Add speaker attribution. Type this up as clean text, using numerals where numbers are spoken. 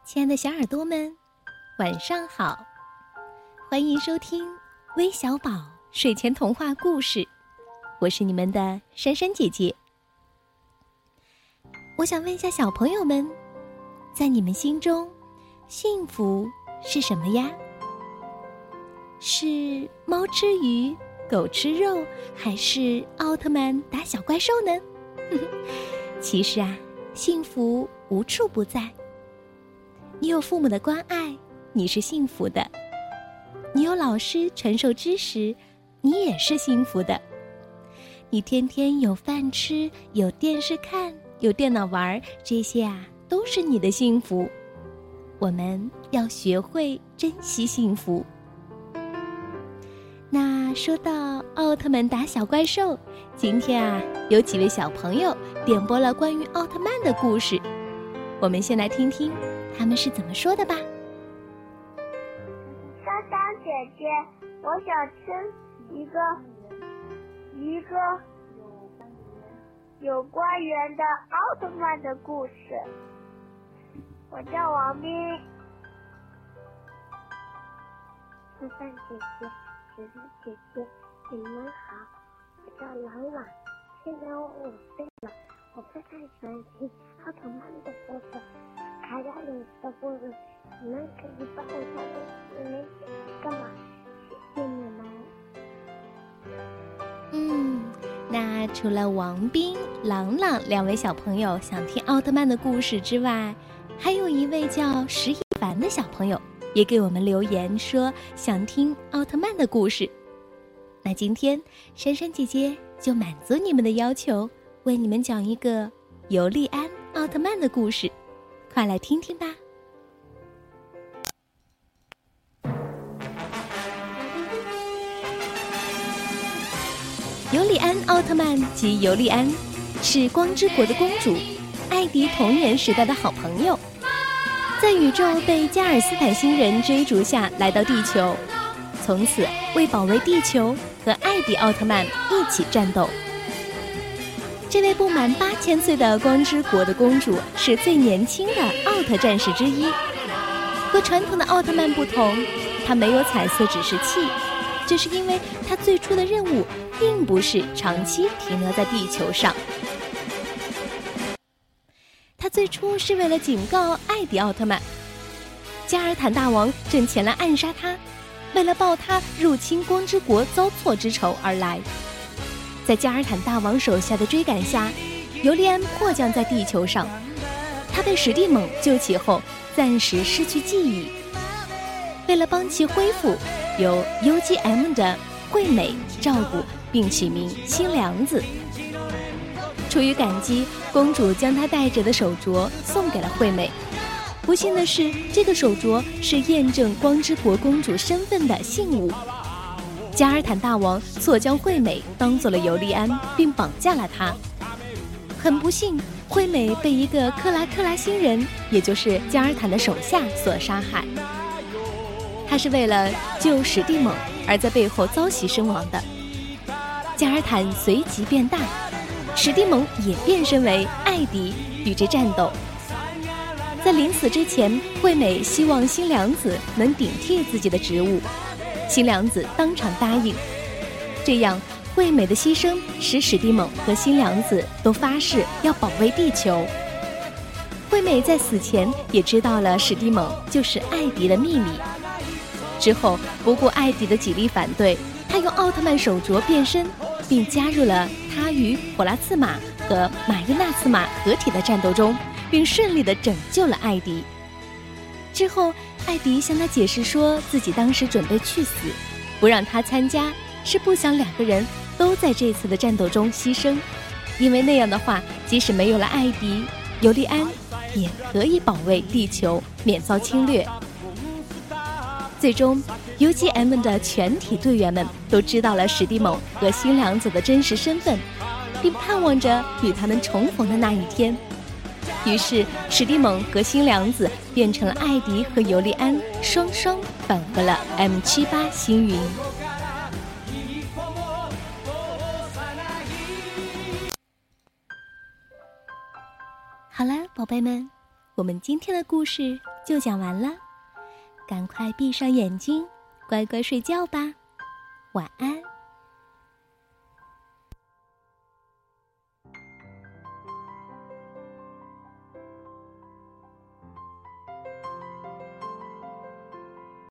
Speaker 1: 亲爱的小耳朵们，晚上好！欢迎收听微小宝睡前童话故事，我是你们的珊珊姐姐。我想问一下小朋友们，在你们心中，幸福是什么呀？是猫吃鱼，狗吃肉，还是奥特曼打小怪兽呢？其实啊，幸福无处不在。你有父母的关爱，你是幸福的；你有老师传授知识，你也是幸福的；你天天有饭吃，有电视看，有电脑玩，这些啊都是你的幸福。我们要学会珍惜幸福。那说到奥特曼打小怪兽，今天啊有几位小朋友点播了关于奥特曼的故事，我们先来听听他们是怎么说的吧。
Speaker 2: 珊珊姐姐，我想听一个有关于的奥特曼的故事。我叫王斌。珊珊姐姐，雪山姐姐，你们好，我叫朗朗，现在我5岁了，我非常喜欢听奥特曼的故事，卡加里的故事，你们可以帮我下个视频干嘛？谢谢你们。
Speaker 1: 那除了王斌、朗朗2位小朋友想听奥特曼的故事之外，还有一位叫石一凡的小朋友也给我们留言说想听奥特曼的故事。那今天珊珊姐姐就满足你们的要求，为你们讲一个尤利安奥特曼的故事，快来听听吧。尤利安奥特曼及尤利安是光之国的公主艾迪童年时代的好朋友，在宇宙被加尔斯坦星人追逐下来到地球，从此为保卫地球和艾迪奥特曼一起战斗。这位不满8000岁的光之国的公主是最年轻的奥特战士之一，和传统的奥特曼不同，她没有彩色指示器，这是因为她最初的任务并不是长期停留在地球上。他最初是为了警告艾迪奥特曼，加尔坦大王正前来暗杀他，为了报他入侵光之国遭错之仇而来。在加尔坦大王手下的追赶下，尤利安迫降在地球上，他被史蒂猛救起后暂时失去记忆，为了帮其恢复，由 UGM 的惠美照顾并取名新良子。出于感激，公主将她戴着的手镯送给了惠美。不幸的是，这个手镯是验证光之国公主身份的信物。加尔坦大王错将惠美当做了尤利安，并绑架了她。很不幸，惠美被一个克拉星人，也就是加尔坦的手下所杀害。他是为了救史蒂猛而在背后遭袭身亡的。加尔坦随即变大，史蒂猛也变身为艾迪与之战斗。在临死之前，惠美希望新良子能顶替自己的职务，新良子当场答应。这样，惠美的牺牲使史蒂猛和新良子都发誓要保卫地球。惠美在死前也知道了史蒂猛就是艾迪的秘密。之后，不顾艾迪的极力反对，他用奥特曼手镯变身，并加入了他与普拉茨玛和玛伊纳茨玛合体的战斗中，并顺利地拯救了艾迪。之后，艾迪向他解释说自己当时准备去死，不让他参加是不想2个人都在这次的战斗中牺牲，因为那样的话，即使没有了艾迪，尤利安也可以保卫地球免遭侵略。最终 UGM 的全体队员们都知道了史蒂猛和新良子的真实身份，并盼望着与他们重逢的那一天。于是史蒂猛和新良子变成了艾迪和尤利安，双双返回了 M78 星云。好了，宝贝们，我们今天的故事就讲完了，赶快闭上眼睛，乖乖睡觉吧，晚安。